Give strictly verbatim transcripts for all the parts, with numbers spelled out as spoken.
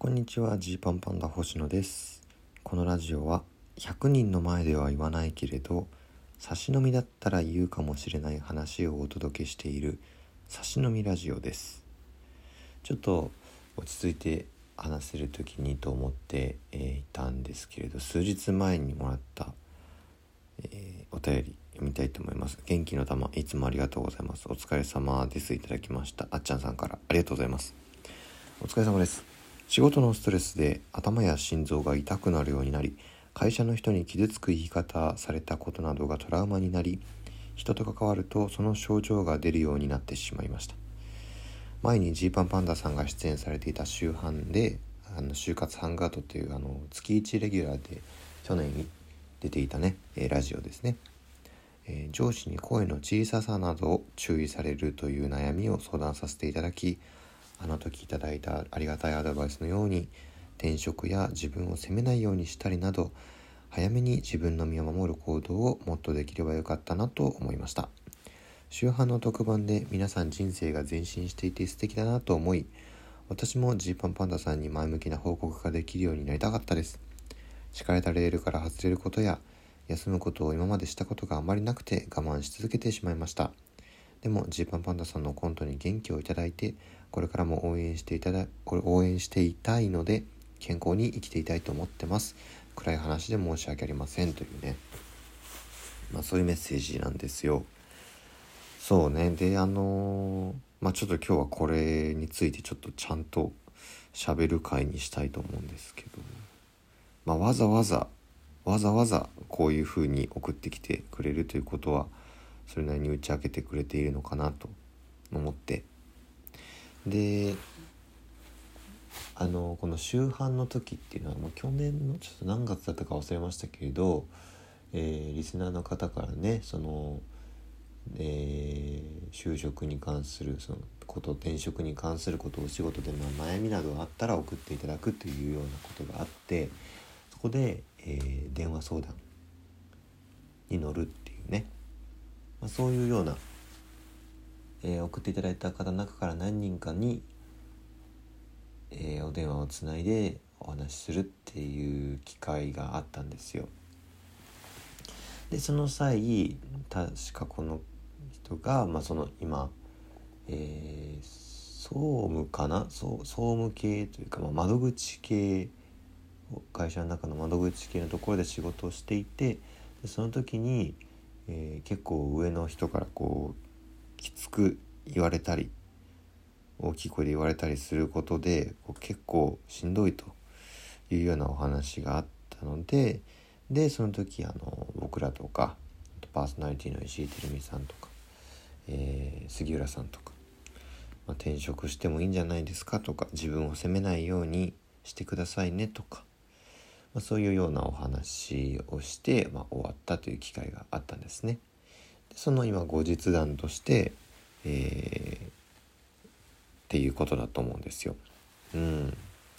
こんにちは、ジーパンパンダ星野です。このラジオはひゃくにんの前では言わないけれど差し飲みだったら言うかもしれない話をお届けしている差し飲みラジオです。ちょっと落ち着いて話せる時にと思って、えー、いたんですけれど、数日前にもらった、えー、お便り読みたいと思います。元気の玉いつもありがとうございます。お疲れ様です。いただきました。あっちゃんさんからありがとうございます。お疲れ様です。仕事のストレスで頭や心臓が痛くなるようになり、会社の人に傷つく言い方されたことなどがトラウマになり、人と関わるとその症状が出るようになってしまいました。前にジーパンパンダさんが出演されていた週版で、あの就活ハンガートというあの月いちレギュラーで去年出ていたね、えー、ラジオですね、えー、上司に声の小ささなどを注意されるという悩みを相談させていただき、あの時いただいたありがたいアドバイスのように転職や自分を責めないようにしたりなど、早めに自分の身を守る行動をもっとできればよかったなと思いました。週版の特番で皆さん人生が前進していて素敵だなと思い、私もジーパンパンダさんに前向きな報告ができるようになりたかったです。敷かれたレールから外れることや休むことを今までしたことがあまりなくて我慢し続けてしまいました。でもジーパンパンダさんのコントに元気をいただいて、これからも応援していただ応援していたいので健康に生きていたいと思ってます。暗い話で申し訳ありません、というね、まあそういうメッセージなんですよ。そうね。であのー、まあちょっと今日はこれについてちょっとちゃんと喋る回にしたいと思うんですけど、まあわざわざわざわざこういう風に送ってきてくれるということは、それなりに打ち明けてくれているのかなと思って、であのこの週版の時っていうのはもう去年のちょっと何月だったか忘れましたけれど、えー、リスナーの方からね、その、えー、就職に関するそのこと転職に関すること、お仕事での悩みなどがあったら送っていただくというようなことがあって、そこで、えー、電話相談に乗るっていうね、まあ、そういうような、えー、送っていただいた方の中から何人かに、えー、お電話をつないでお話しするっていう機会があったんですよ。でその際、確かこの人が、まあ、その今、えー、総務かな総、総務系というか、まあ、窓口系、会社の中の窓口系のところで仕事をしていて、でその時に、えー、結構上の人からこうきつく言われたり、大きい声で言われたりすることでこう結構しんどいというようなお話があったので、でその時あの僕らとかパーソナリティの石井てるみさんとか、えー、杉浦さんとか、まあ、転職してもいいんじゃないですかとか、自分を責めないようにしてくださいねとか、まあ、そういうようなお話をして、まあ、終わったという機会があったんですね。でその今後日談として、えー、っていうことだと思うんですよ。うん、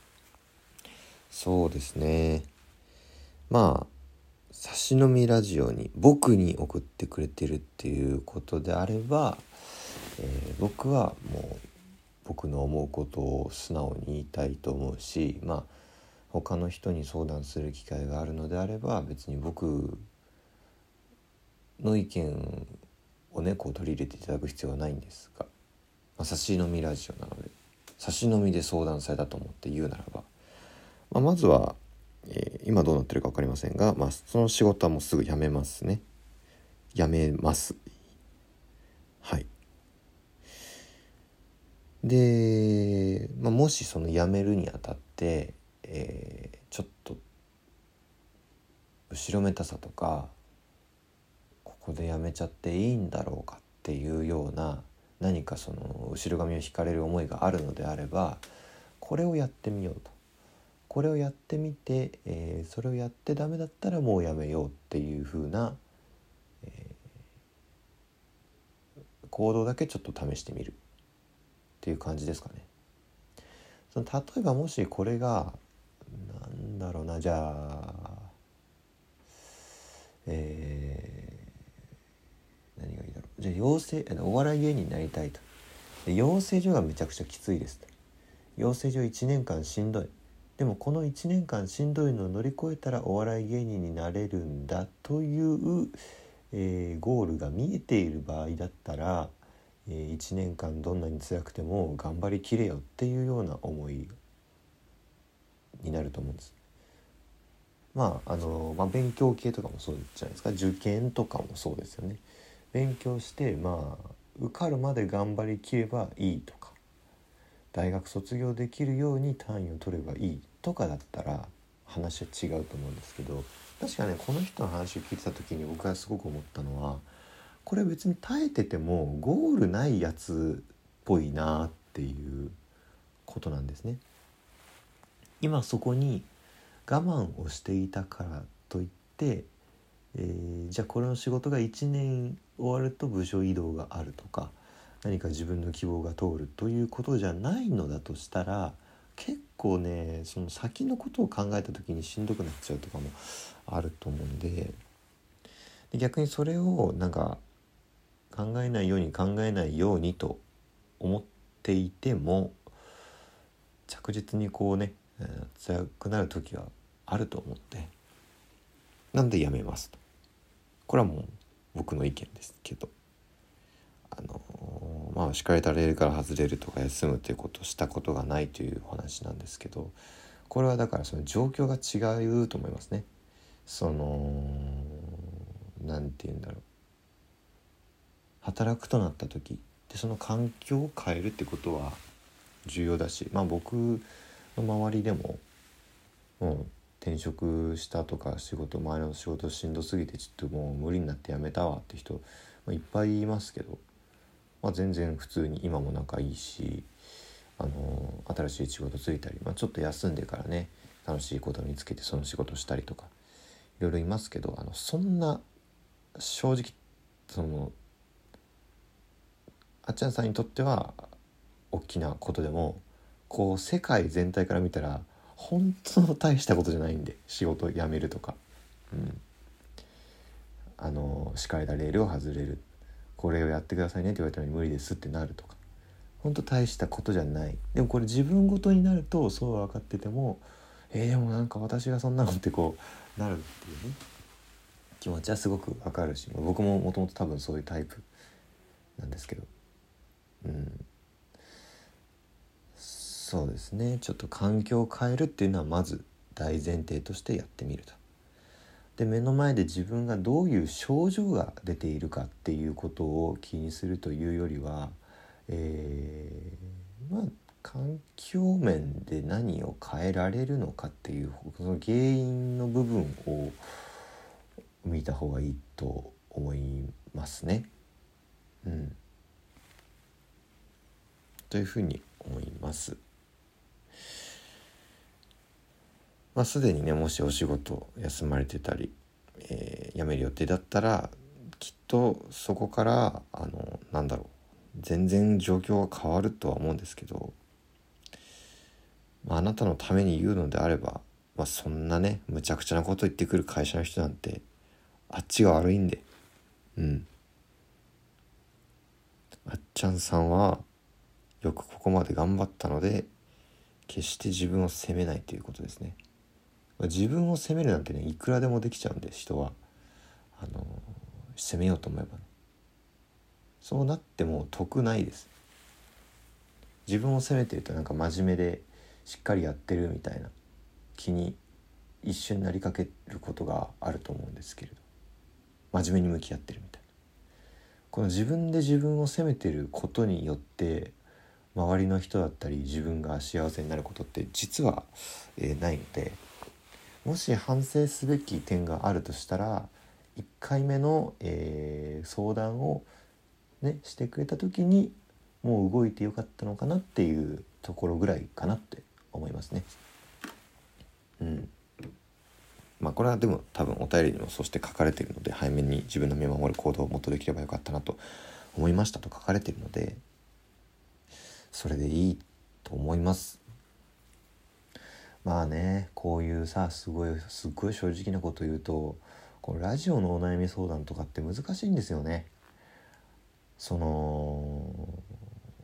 そうですね。まあ差し飲みラジオに僕に送ってくれてるっていうことであれば、えー、僕はもう僕の思うことを素直に言いたいと思うし、まあ他の人に相談する機会があるのであれば、別に僕の意見をねこう取り入れていただく必要はないんですが、まあ、差し飲みラジオなので、差し飲みで相談されたと思って言うならば、まあ、まずは、えー、今どうなってるか分かりませんが、まあ、その仕事はもうすぐ辞めますね。辞めます。はい。で、まあ、もしその辞めるにあたって、えー、ちょっと後ろめたさとか、ここで辞めちゃっていいんだろうかっていうような、何かその後ろ髪を引かれる思いがあるのであれば、これをやってみようと。これをやってみて、えー、それをやってダメだったらもうやめようっていう風な、えー、行動だけちょっと試してみるっていう感じですかね。その例えばもしこれがなんだろうな、じゃあ、えー、何がいいだろう。じゃあ養成お笑い芸人になりたいと。で養成所がめちゃくちゃきついですと。養成所いちねんかんしんどい。 でもこのいちねんかんしんどいのを乗り越えたらお笑い芸人になれるんだという、えー、ゴールが見えている場合だったら、えー、いちねんかんどんなに辛くても頑張りきれよっていうような思いになると思うんです。まああの、まあ、勉強系とかもそうじゃないですか。受験とかもそうですよね。勉強してまあ受かるまで頑張りきればいいとか、大学卒業できるように単位を取ればいいとかだったら話は違うと思うんですけど、確かねこの人の話を聞いてた時に僕がすごく思ったのは、これ別に耐えててもゴールないやつっぽいなっていうことなんですね。今そこに我慢をしていたからといって、えー、じゃあこれの仕事がいちねん終わると部署移動があるとか、何か自分の希望が通るということじゃないのだとしたら、結構ねその先のことを考えた時にしんどくなっちゃうとかもあると思うんで、で逆にそれをなんか考えないように考えないようにと思っていても着実にこうね、えー、辛くなる時はあると思って、なんでやめますと。これはもう僕の意見ですけど、あのー、まあ敷かれたレールから外れるとか休むということをしたことがないというお話なんですけど、これはだからその状況が違うと思いますね。そのなんて言うんだろう、働くとなった時でその環境を変えるってことは重要だし、まあ僕の周りでももう転職したとか仕事前の仕事しんどすぎてちょっともう無理になって辞めたわって人、まあ、いっぱいいますけど、まあ、全然普通に今も仲いいし、あの新しい仕事ついたり、まあ、ちょっと休んでからね楽しいことを見つけてその仕事したりとかいろいろいますけど、あのそんな正直そのあっちゃんさんにとっては大きなことでもこう世界全体から見たら本当の大したことじゃないんで、仕事辞めるとか、うん、あの敷かれたレールを外れる、これをやってくださいねって言われたのに無理ですってなるとか、本当大したことじゃない。でもこれ自分ごとになるとそう分かってても、えー、でもなんか私がそんなのってこうなるっていうね気持ちはすごく分かるし、僕ももともと多分そういうタイプなんですけど、うんそうですね、ちょっと環境を変えるっていうのはまず大前提としてやってみると。で目の前で自分がどういう症状が出ているかっていうことを気にするというよりは、えー、まあ環境面で何を変えられるのかっていうその原因の部分を見た方がいいと思いますね。うん、というふうに思います。まあ、すでにねもしお仕事休まれてたり、えー、辞める予定だったらきっとそこからあのなんだろう全然状況が変わるとは思うんですけど、まあ、あなたのために言うのであれば、まあ、そんなねむちゃくちゃなこと言ってくる会社の人なんてあっちが悪いんで、うんあっちゃんさんはよくここまで頑張ったので決して自分を責めないということですね。自分を責めるなんてねいくらでもできちゃうんで、人はあの責めようと思えば、ね、そうなっても得ないです。自分を責めてるとなんか真面目でしっかりやってるみたいな気に一瞬なりかけることがあると思うんですけれど、真面目に向き合ってるみたいな、この自分で自分を責めてることによって周りの人だったり自分が幸せになることって実は、えー、ないので、もし反省すべき点があるとしたらいっかいめの、えー、相談を、ね、してくれた時にもう動いてよかったのかなっていうところぐらいかなって思いますね。うんまあこれはでも多分お便りにもそうして書かれているので、早めに自分の身を守る行動をもっとできればよかったなと思いましたと書かれているので、それでいいと思います。まあねこういうさすごいすっごい正直なこと言うと、このラジオのお悩み相談とかって難しいんですよね。その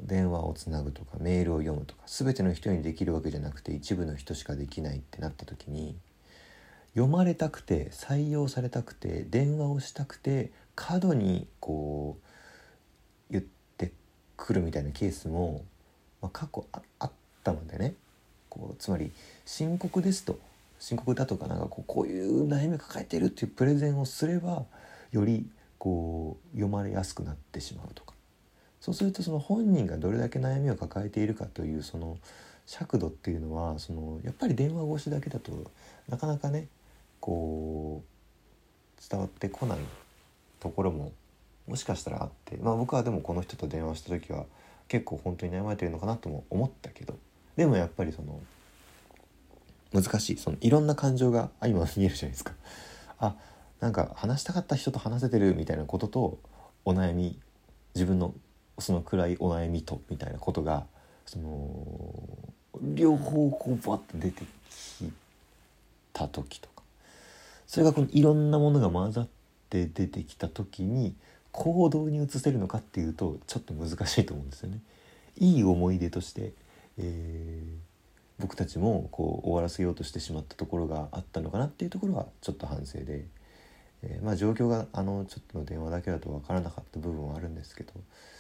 電話をつなぐとかメールを読むとか全ての人にできるわけじゃなくて一部の人しかできないってなった時に、読まれたくて採用されたくて電話をしたくて過度にこう言ってくるみたいなケースも、まあ、過去 あ, あったのでね、こうつまり深刻ですと深刻だとかなんかこうこういう悩みを抱えているっていうプレゼンをすればよりこう読まれやすくなってしまうとか、そうするとその本人がどれだけ悩みを抱えているかというその尺度っていうのはそのやっぱり電話越しだけだとなかなかねこう伝わってこないところももしかしたらあって、まあ僕はでもこの人と電話した時は結構本当に悩まれてるのかなとも思ったけど、でもやっぱりその難しい、そのいろんな感情が今見えるじゃないですか。あ、なんか話したかった人と話せてるみたいなこととお悩み、自分のその暗いお悩みとみたいなことがその両方こうバッと出てきた時とか、それがこのいろんなものが混ざって出てきた時に行動に移せるのかっていうとちょっと難しいと思うんですよね。いい思い出として、えー僕たちもこう終わらせようとしてしまったところがあったのかなっていうところはちょっと反省で、えー、まあ状況があのちょっとの電話だけだと分からなかった部分はあるんですけど、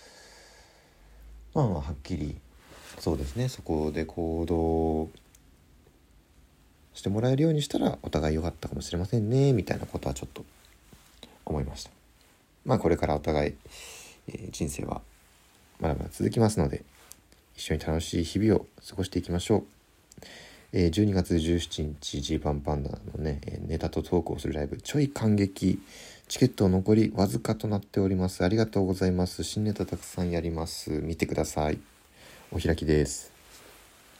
まあまあはっきりそうですね、そこで行動してもらえるようにしたらお互い良かったかもしれませんねみたいなことはちょっと思いました。まあこれからお互い、えー、人生はまだまだ続きますので一緒に楽しい日々を過ごしていきましょう。えー、じゅうにがつじゅうしちにちジーパンパンダのね、えー、ネタとトークをするライブちょい感激、チケット残りわずかとなっております。ありがとうございます。新ネタたくさんやります。見てください。お開きです。